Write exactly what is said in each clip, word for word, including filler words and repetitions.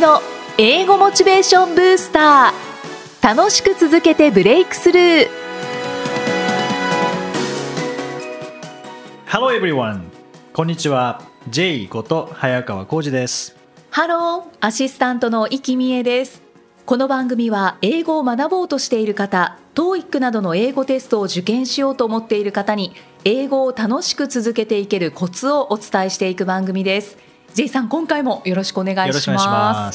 の英語モチベーションブースター。楽しく続けてブレイクスルー。 Hello everyone! こんにちは。 J こと早川浩二です。 ハロー、アシスタントの生きみえです。この番組は英語を学ぼうとしている方、トーイック などの英語テストを受験しようと思っている方に英語を楽しく続けていけるコツをお伝えしていく番組です。 J さん、今回もよろしくお願いします。 よろしくお願いします。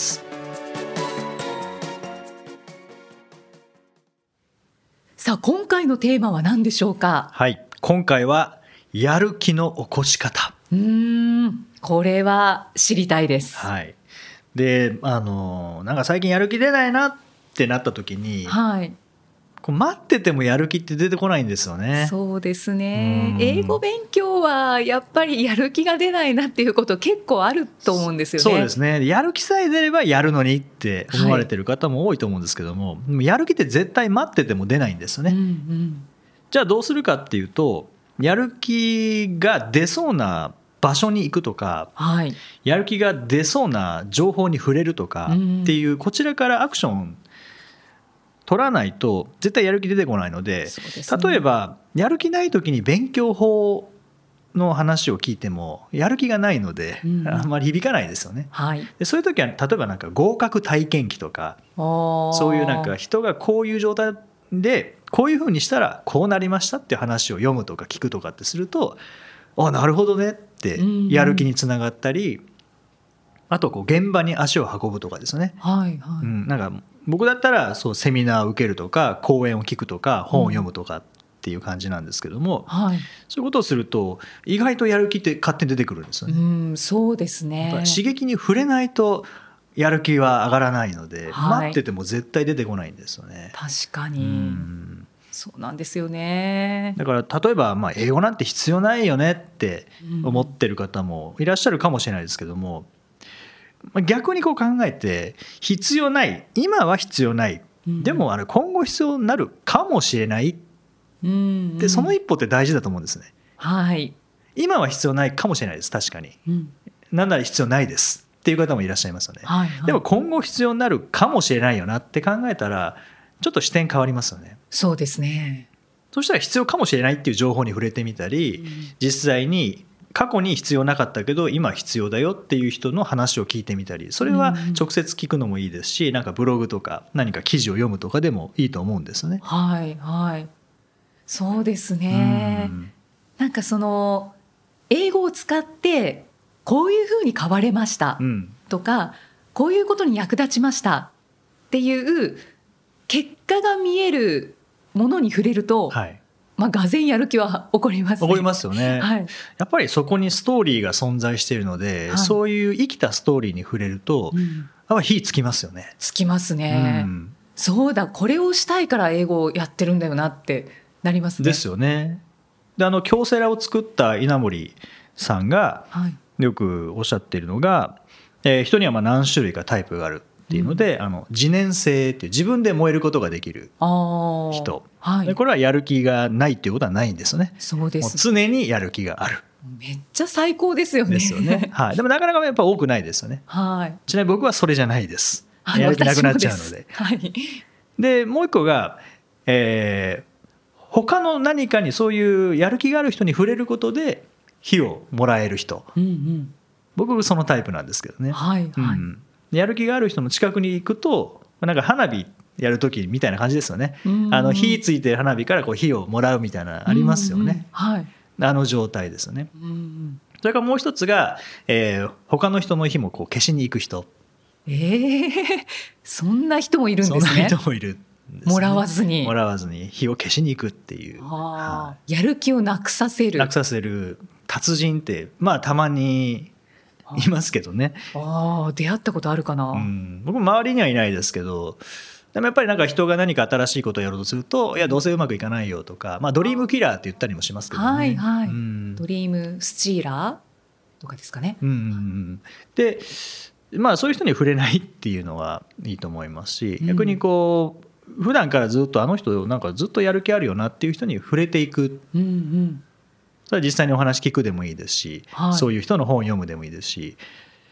さあ、今回のテーマは何でしょうか？ はい、今回はやる気の起こし方。 うーん、これは知りたいです。 はい。で、あのなんか最近やる気出ないなってなった時に、 はい、 こう待っててもやる気って出てこないんですよね。 そうですね。英語勉強はやっぱりやる気が出ないなっていうこと結構あると思うんですよね。 そうですね。やる気さえ出ればやるのにって思われてる方も多いと思うんですけども、はい、でもやる気って絶対待ってても出ないんですよね。うんうん、じゃあどうするかっていうと、やる気が出そうな場所に行くとか、はい、やる気が出そうな情報に触れるとかっていう、うん、こちらからアクション取らないと絶対やる気出てこないので、そうですね、例えばやる気ない時に勉強法の話を聞いてもやる気がないので、うん、あんまり響かないですよね。はい、でそういう時は例えばなんか合格体験記とか、そういうなんか人がこういう状態でこういうふうにしたらこうなりましたっていう話を読むとか聞くとかってすると、あ、なるほどねってやる気につながったり、うん、あとこう現場に足を運ぶとかですね。はいはい、うん、なんか僕だったらそうセミナーを受けるとか講演を聞くとか本を読むとかっていう感じなんですけども、うんはい、そういうことをすると意外とやる気って勝手に出てくるんですよね。うん、そうですね。刺激に触れないとやる気は上がらないので、はい、待ってても絶対出てこないんですよね。 確かに、うん、そうなんですよね。 だから例えばまあ英語なんて必要ないよねって思ってる方もいらっしゃるかもしれないですけども、逆にこう考えて必要ない、今は必要ない、うん、でもあれ今後必要になるかもしれないで、その一歩って大事だと思うんですね。はい、今は必要ないかもしれないです。確かに、うん、なんなら必要ないですっていう方もいらっしゃいますよね。はいはい、でも今後必要になるかもしれないよなって考えたらちょっと視点変わりますよね。そうですね。そしたら必要かもしれないっていう情報に触れてみたり、うん、実際に過去に必要なかったけど今必要だよっていう人の話を聞いてみたり、それは直接聞くのもいいですし、なんかブログとか何か記事を読むとかでもいいと思うんですね。はいはい、そうですね。うんなんかその英語を使ってこういうふうに変われましたとか、うん、こういうことに役立ちましたっていう結果が見えるものに触れると、はいまあ、がぜんやる気は起こりますね。起こりますよね。はい、やっぱりそこにストーリーが存在しているので、はい、そういう生きたストーリーに触れると、うん、やっぱ火つきますよね。つきますね。うん、そうだ、これをしたいから英語をやってるんだよなってなりますね。ですよね。で、あの京セラを作った稲森さんがよくおっしゃっているのが、えー、人にはまあ何種類かタイプがあるっていうので、うん、あの自燃性っていう自分で燃えることができる人、はい、でこれはやる気がないっていうことはないんですよね。そうです。もう常にやる気がある。めっちゃ最高ですよね。ですよね。はい、でもなかなかやっぱ多くないですよね。はい、ちなみに僕はそれじゃないです。やる気なくなっちゃうので。はい、でもう一個が、えー他の何かにそういうやる気がある人に触れることで火をもらえる人、うんうん、僕そのタイプなんですけどね、はいはい、うん、やる気がある人の近くに行くとなんか花火やる時みたいな感じですよね。あの火ついてる花火からこう火をもらうみたいなありますよね、うんうんはい、あの状態ですよね、うんうん、それからもう一つが、えー、他の人の火もこう消しに行く人。えー、そんな人もいるんですね。そんな人もいる。ね、もらわずにもらわずに火を消しに行くっていう、はあ、やる気をなくさせるなくさせる達人ってまあたまにいますけどね。ああ、出会ったことあるかな、うん、僕周りにはいないですけど、でもやっぱりなんか人が何か新しいことをやろうとするといやどうせうまくいかないよとか、まあ、ドリームキラーって言ったりもしますけどね。はいはい、うん、ドリームスチーラーとかですかね、うんうん、でまあそういう人に触れないっていうのはいいと思いますし、逆にこう普段からずっとあの人なんかずっとやる気あるよなっていう人に触れていく、うんうん、それは実際にお話聞くでもいいですし、はい、そういう人の本を読むでもいいですし、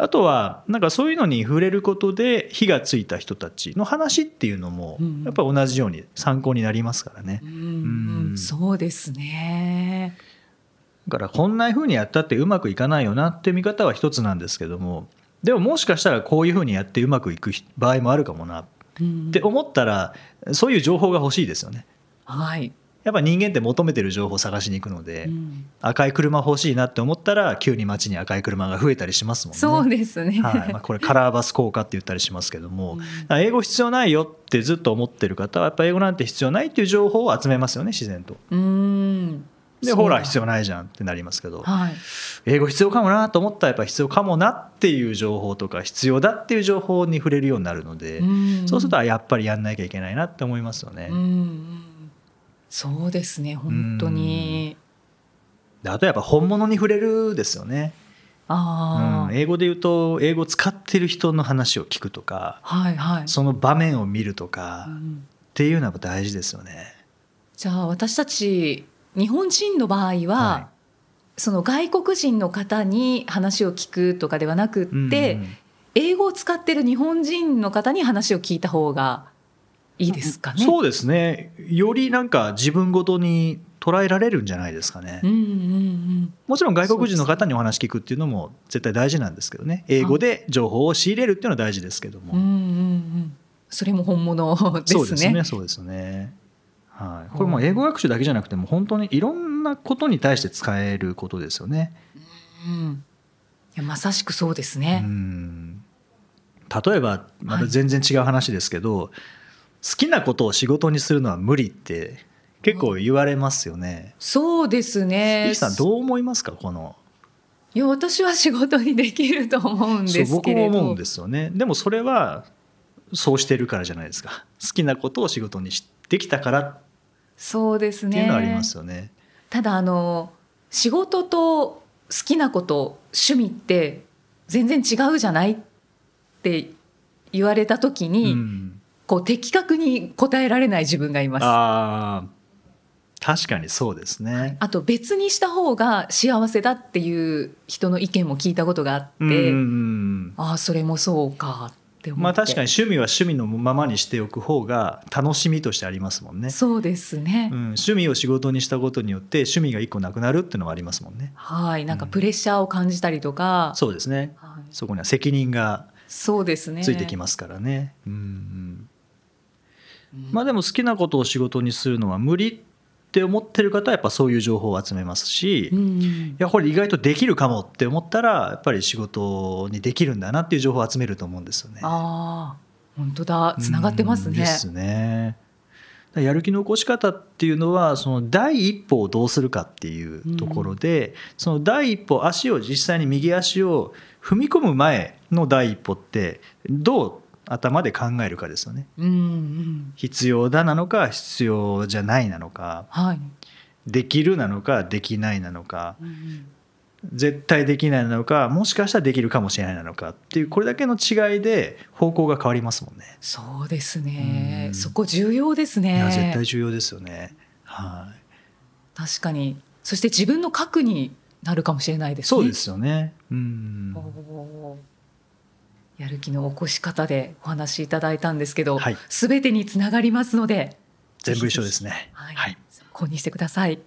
あとはなんかそういうのに触れることで火がついた人たちの話っていうのもやっぱり同じように参考になりますからね。 うんうん、そうですね。 だからこんな風にやったってうまくいかないよなって見方は一つなんですけども、でももしかしたらこういう風にやってうまくいく場合もあるかもなって思ったら、そういう情報が欲しいですよね。 はい、 やっぱ人間って求めてる情報を探しに行くので、うん、赤い車欲しいなって思ったら急に街に赤い車が増えたりしますもんね。 そうですね、 はいまあ、これカラーバス効果って言ったりしますけども、うん、英語必要ないよってずっと思ってる方はやっぱ英語なんて必要ないっていう情報を集めますよね、自然と。うんでほら必要ないじゃんってなりますけど、はい、英語必要かもなと思ったらやっぱ必要かもなっていう情報とか必要だっていう情報に触れるようになるので、うんそうするとやっぱりやんなきゃいけないなって思いますよね。うんそうですね本当に。 であとやっぱ本物に触れるですよね。あ、うん、英語で言うと英語を使ってる人の話を聞くとか、はいはい、その場面を見るとか、うん、っていうのは大事ですよね。 じゃあ私たち日本人の場合は、はい、その外国人の方に話を聞くとかではなくって、うんうん、英語を使ってる日本人の方に話を聞いた方がいいですかね。 そうですね。よりなんか自分ごとに捉えられるんじゃないですかね。うんうんうん、もちろん外国人の方にお話聞くっていうのも絶対大事なんですけどね。英語で情報を仕入れるっていうのは大事ですけども。うんうんうん、 それも本物ですね。 そうですね。そうですね。はい、これも英語学習だけじゃなくても本当にいろんなことに対して使えることですよね。 うん、いやまさしくそうですね。 うん例えばまた全然違う話ですけど、はい、好きなことを仕事にするのは無理って結構言われますよね。 うん、そうですね。 イキさんどう思いますかこの。 いや私は仕事にできると思うんですけれど。 そう僕も思うんですよね。でもそれはそうしてるからじゃないですか。好きなことを仕事にできたからそうですねっていうのはありますよね。 ただあの仕事と好きなこと趣味って全然違うじゃないって言われた時に、うん、こう的確に答えられない自分がいます。 あ確かにそうですね。 あと別にした方が幸せだっていう人の意見も聞いたことがあって、うんうん、ああそれもそうかまあ、確かに趣味は趣味のままにしておく方が楽しみとしてありますもんね。 そうですね、 うん、趣味を仕事にしたことによって趣味が一個なくなるっていうのはありますもんね。 はい、なんかプレッシャーを感じたりとか、 うん、そうですね、はい、そこには責任がそうですねついてきますからね。うん、うん、まあでも好きなことを仕事にするのは無理って思ってる方はやっぱそういう情報を集めますし、うんうん、いやこれ意外とできるかもって思ったらやっぱり仕事にできるんだなっていう情報を集めると思うんですよね。 あ本当だつながってますね。 ですね。やる気の起こし方っていうのはその第一歩をどうするかっていうところで、うん、その第一歩足を実際に右足を踏み込む前の第一歩ってどう頭で考えるかですよね。うんうん、必要だなのか必要じゃないなのか、はい、できるなのかできないなのか、うん、絶対できないなのかもしかしたらできるかもしれないなのかっていうこれだけの違いで方向が変わりますもんね。 そうですね、うん、そこ重要ですね。 いや絶対重要ですよね、はい、 確かに。そして自分の核になるかもしれないですね。 そうですよね、うん、 やる気の起こし方でお話しいただいたんですけど、はい、全てにつながりますので全部一緒ですね。 はいはい、参考にしてください。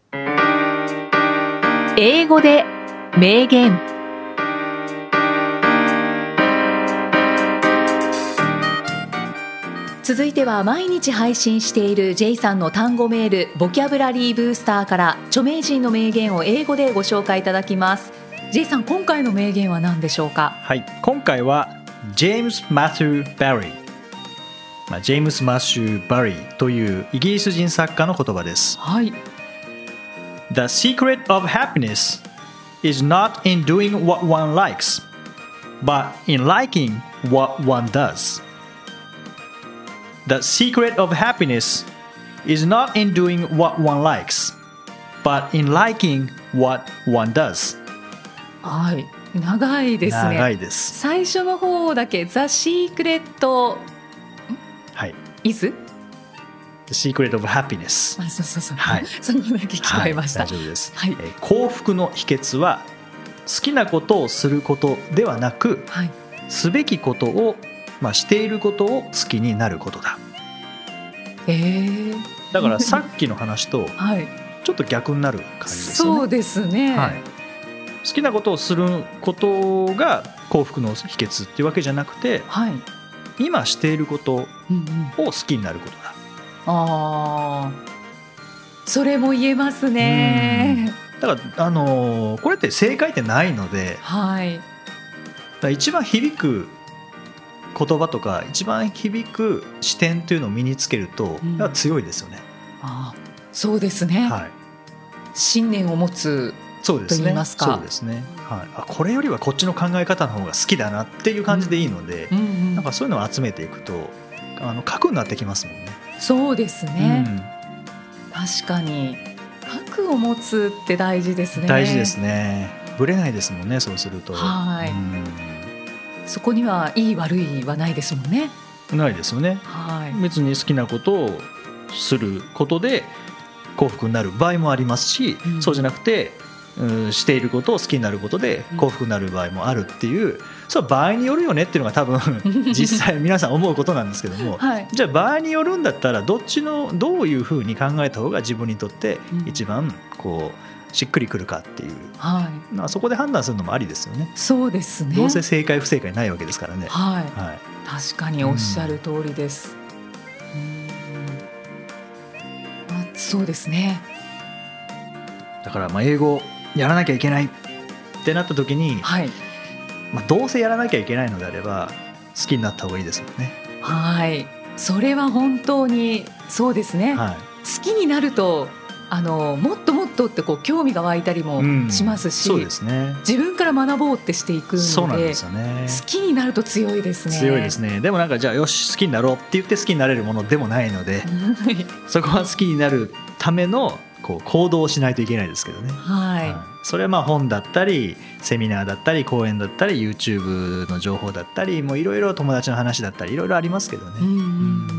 英語で名言。続いては毎日配信している J さんの単語メールボキャブラリーブースターから著名人の名言を英語でご紹介いただきます。J さん今回の名言は何でしょうか。 はい、今回はジェームス・マシュー・バリー、まあ、ジェームス・マシュー・バリーというイギリス人作家の言葉です。 はい、 The secret of happiness is not in doing what one likes, but in liking what one does. The secret of happiness is not in doing what one likes, but in liking what one does. はい、長いですね。 長いです。 最初の方だけ The secret、 はい、 is The secret of happiness。 あ、そうそうそう。はい。そこだけ聞こえました。 はい、大丈夫です。 はい、 えー、幸福の秘訣はきなことをすることではなく、 はい、 すべきことを、まあ、していることを好きになることだ。 えー、 だからさっきの話とはい、 ちょっと逆になる感じですよね。 そうですね、 はい、好きなことをすることが幸福の秘訣っていうわけじゃなくて、 はい、 今していることうんうん、 を好きになることだ。 あー、それも言えますね。 だからあのーこれって正解ってないので、 はい、 だから一番響く言葉とか一番響く視点というのを身につけると、 うん、 やっぱ強いですよね。 あ、そうですね、 はい、 信念を持つそうですね、 と言いますか、 そうですね、はい、あ、これよりはこっちの考え方の方が好きだなっていう感じでいいので、 うんうん、 なんかそういうのを集めていくとあの核になってきますもんね。 そうですね、 うん、 確かに核を持つって大事ですね。 大事ですね。ぶれないですもんね、そうすると。 はい、 うん、 そこにはいい悪いはないですもんね。 ないですよね。 はい、 別に好きなことをすることで幸福になる場合もありますし、うん、そうじゃなくて、うん、していることを好きになることで幸福になる場合もあるっていう、うん、それは場合によるよねっていうのが多分実際皆さん思うことなんですけども、はい、じゃあ場合によるんだったらどっちのどういうふうに考えた方が自分にとって一番こうしっくりくるかっていう、はい、まあそこで判断するのもありですよね。 そうですね。 どうせ正解不正解ないわけですからね。 はいはい、確かにおっしゃる通りです。うん、あ、そうですね。 だからまあ英語やらなきゃいけないってなった時に、はい、まあ、どうせやらなきゃいけないのであれば好きになった方がいいですもんね。 はい、それは本当にそうですね。はい、好きになるとあのもっともっとってこう興味が湧いたりもしますし、うん、そうですね、自分から学ぼうってしていくので、 そうなんですよね、 好きになると強いですね。 強いですね。でもなんかじゃあよし好きになろうって言って好きになれるものでもないのでそこは好きになるためのこう行動をしないといけないですけどね。はい、はい、それはまあ本だったりセミナーだったり講演だったり YouTube の情報だったりもういろいろ友達の話だったりいろいろありますけどね。うん、うん、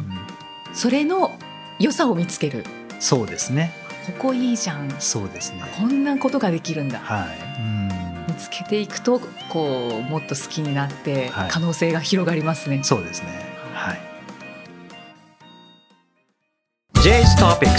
それの良さを見つける。 そうですね。 ここいいじゃん。そうですね。こんなことができるんだ。はい、うん、見つけていくとこうもっと好きになって可能性が広がりますね。はい、 そうですね。はい。J's Topics。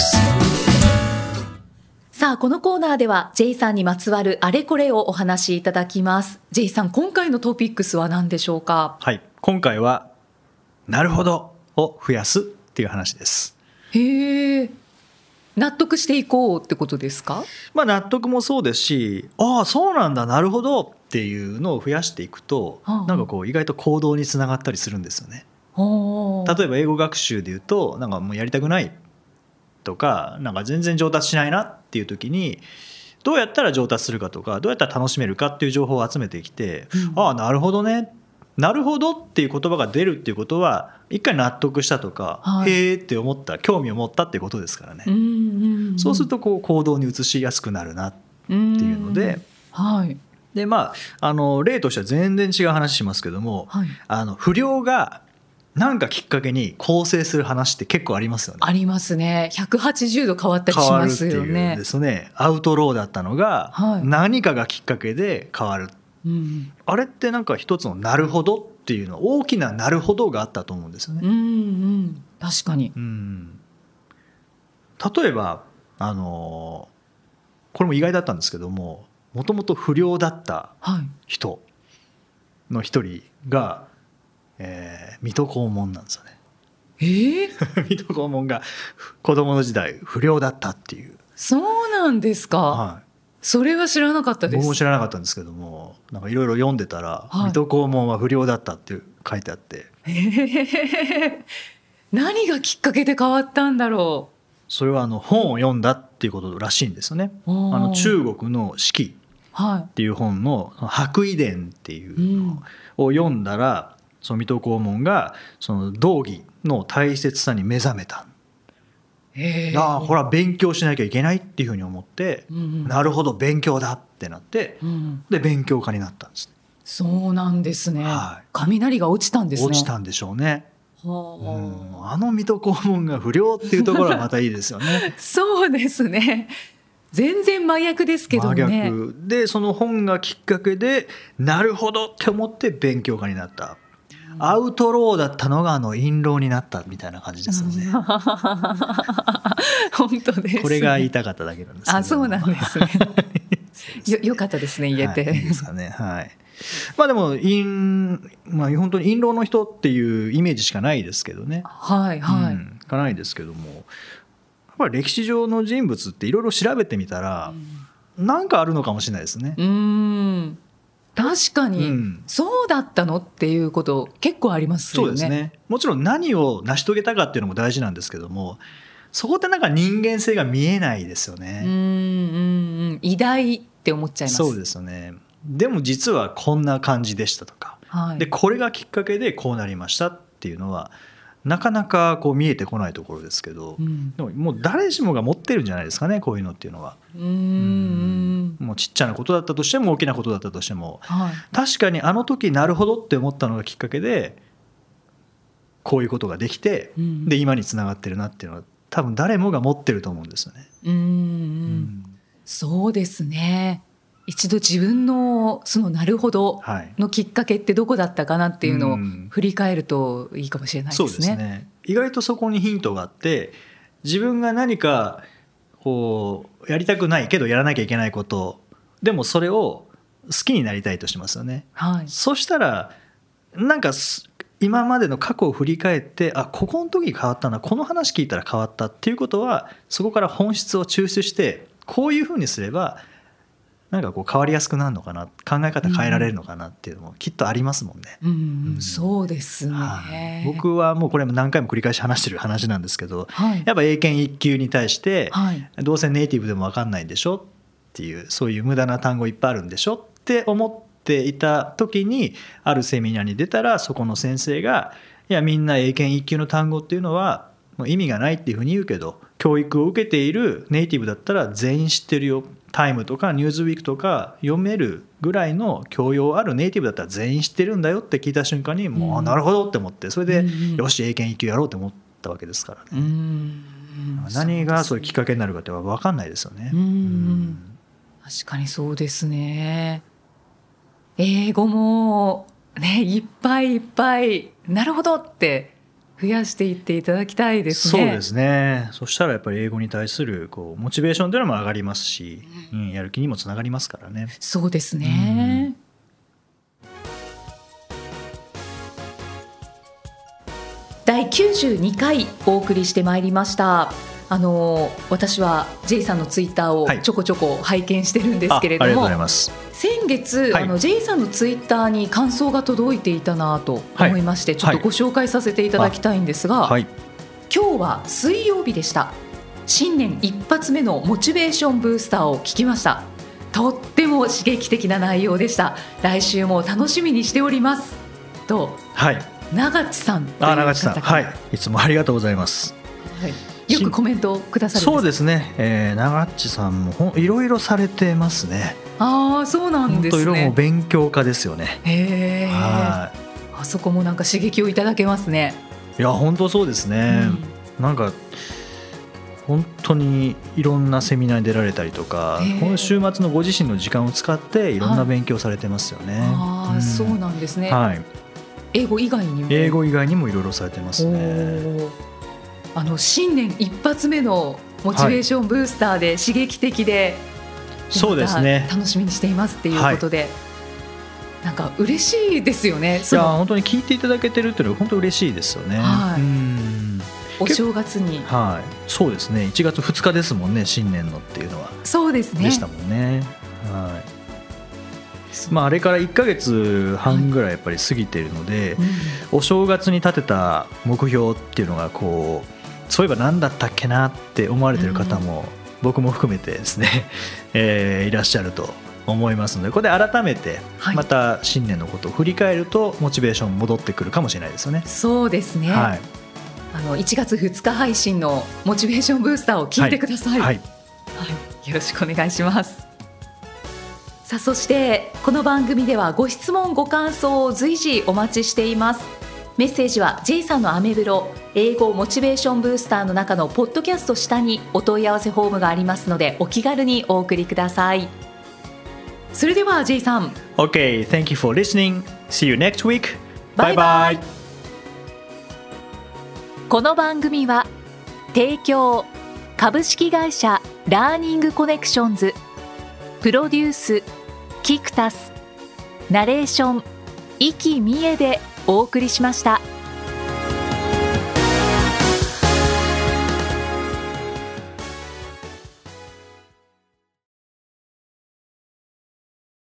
さあこのコーナーでは J さんにまつわるあれこれをお話しいただきます。 J さん、今回のトピックスは何でしょうか？ はい、今回はなるほどを増やすっていう話です。 へえ、納得していこうってことですか？ まあ納得もそうですし、ああそうなんだなるほどっていうのを増やしていくと、はあ、なんかこう意外と行動につながったりするんですよね。はあ、例えば英語学習でいうとなんかもうやりたくないとかなんか全然上達しないなっていう時にどうやったら上達するかとかどうやったら楽しめるかっていう情報を集めてきて、うん、ああなるほどねなるほどっていう言葉が出るっていうことは一回納得したとか、はい、へーって思った興味を持ったっていうことですからね。うんうんうん、そうするとこう行動に移しやすくなるなっていうので、はい、でまああの例としては全然違う話しますけども、はい、あの不良がなんかきっかけに更生する話って結構ありますよね。 ありますね。ひゃくはちじゅうど変わったりしますよね。変わるっていうですね。アウトローだったのが、はい、何かがきっかけで変わる、うん、あれってなんか一つのなるほどっていうの大きななるほどがあったと思うんですよね。 うんうん、確かに、 うん、例えばあのこれも意外だったんですけどももともと不良だった人の一人が、えー、水戸黄門なんですよね。 えー、 水戸黄門が子供の時代不良だったっていう。 そうなんですか。はい、それは知らなかったです。 僕も知らなかったんですけどもなんかいろいろ読んでたら、はい、水戸黄門は不良だったって書いてあって、 えー、何がきっかけで変わったんだろう。 それはあの本を読んだっていうことらしいんですよね。あの中国の四季っていう本の白衣伝っていうのを読んだら、その水戸黄門がその道義の大切さに目覚めた。ああこれは勉強しなきゃいけないっていうふうに思って、うんうん、なるほど勉強だってなって、うん、で勉強家になったんです。 そうなんですね、はい、雷が落ちたんですね。 落ちたんでしょうね。はあ、うん、あの水戸黄門が不良っていうところはまたいいですよね。 そうですね。 全然真逆ですけどね。 真逆で、その本がきっかけでなるほどって思って勉強家になった、うん、アウトローだったのがあのインローになったみたいな感じですよね、うん、 本当ですね。 これが言いたかっただけなんですけど。 あ、そうなんですねよ, よかったですね、言えて、 はい、いいですかね。はい。まあでもイン、まあ、本当にインローの人っていうイメージしかないですけどね。 はいはい、 うん、かないですけども、やっぱり歴史上の人物っていろいろ調べてみたら、うん、なんかあるのかもしれないですね。 うーん、確かに、うん、そうだったのっていうこと結構ありますよね。 そうですね。もちろん何を成し遂げたかっていうのも大事なんですけども、そこってなんか人間性が見えないですよね。 うんうんうん、偉大って思っちゃいます。 そうですよね。でも実はこんな感じでしたとか、はい、でこれがきっかけでこうなりましたっていうのはなかなかこう見えてこないところですけど、うん、でももう誰しもが持ってるんじゃないですかね、こういうのっていうのは。うーん、もうちっちゃなことだったとしても大きなことだったとしても、はい、確かにあの時なるほどって思ったのがきっかけでこういうことができて、うん、で今につながってるなっていうのは多分誰もが持ってると思うんですよね。 うん、うん、そうですね。一度自分のそのなるほどのきっかけってどこだったかなっていうのを振り返るといいかもしれないですね。 そうですね。意外とそこにヒントがあって、自分が何かこうやりたくないけどやらなきゃいけないことでもそれを好きになりたいとしますよね、はい、そしたらなんか今までの過去を振り返って、あ、ここの時変わったな、この話聞いたら変わったっていうことはそこから本質を抽出してこういうふうにすればなんかこう変わりやすくなるのかな、考え方変えられるのかなっていうのもきっとありますもんね、 うんうんうん、そうですね、 はい、僕はもうこれも何回も繰り返し話してる話なんですけど、はい、やっぱ英検いっ級に対して、はい、どうせネイティブでも分かんないんでしょっていう、そういう無駄な単語いっぱいあるんでしょって思っていた時にあるセミナーに出たら、そこの先生がいやみんな英検いっ級の単語っていうのはもう意味がないっていうふうに言うけど、教育を受けているネイティブだったら全員知ってるよ、タイムとかニューズウィークとか読めるぐらいの教養あるネイティブだったら全員知ってるんだよって聞いた瞬間にもう、うん、なるほどって思って、それで、うん、よし英検いっ級やろうって思ったわけですからね、うん、何がそういうきっかけになるかって分かんないですよね、うんうん、 確かにそうですね。英語もね、いっぱいいっぱいなるほどって増やしていっていただきたいですね。 そうですね。そしたらやっぱり英語に対するこうモチベーションというのも上がりますし、うん、やる気にもつながりますからね。 そうですね、うん、だいきゅうじゅうにかいお送りしてまいりました。あの私は J さんのツイッターをちょこちょこ拝見してるんですけれども、はい、あ、ありがとうございます。先月、はい、あの J さんのツイッターに感想が届いていたなと思いまして、はい、ちょっとご紹介させていただきたいんですが、はい、今日は水曜日でした。新年一発目のモチベーションブースターを聞きました。とっても刺激的な内容でした。来週も楽しみにしておりますと、はい、長地さんという方あ、長地さん、はい、いつもありがとうございます、 はい、よくコメントをくださるんですか？ そうですね、えー、長地さんもいろいろされてますね。 ああ、そうなんですね。 本当いろいろ勉強家ですよね。 へー、はい、あそこもなんか刺激をいただけますね。 いや本当そうですね、うん、なんか本当にいろんなセミナーに出られたりとか、この週末のご自身の時間を使っていろんな勉強されてますよね、はい、 あ、うん、そうなんですね、はい、英語以外にも英語以外にもいろいろされてますね。 あの新年一発目のモチベーションブースターで刺激的で、はい、そうですね、楽しみにしていますっていうことで、はい、なんか嬉しいですよね。 いや本当に聞いていただけてるっていうのは本当嬉しいですよね、はい、うん、 お正月に、 はい、そうですね、いちがつふつかですもんね、新年のっていうのは。 そうですね、 でしたもんね、はい、まあ、あれからいっかげつはんぐらいやっぱり過ぎているので、はい、うん、お正月に立てた目標っていうのがこうそういえば何だったっけなって思われている方も、うん、僕も含めてですね、えー、いらっしゃると思いますので、ここで改めてまた新年のことを振り返るとモチベーション戻ってくるかもしれないですよね。 そうですね、はい、あのいちがつふつか配信のモチベーションブースターを聞いてください、はいはいはい、よろしくお願いします。さあ、そしてこの番組ではご質問ご感想を随時お待ちしています。メッセージは J さんのアメブロ英語モチベーションブースターの中のポッドキャスト下にお問い合わせフォームがありますので、お気軽にお送りください。それでは J さん。 Okay, thank you for listening. See you next week. Bye bye. この番組は提供株式会社ラーニングコネクションズ、プロデュースキクタス、ナレーション生きみえでお送りしました。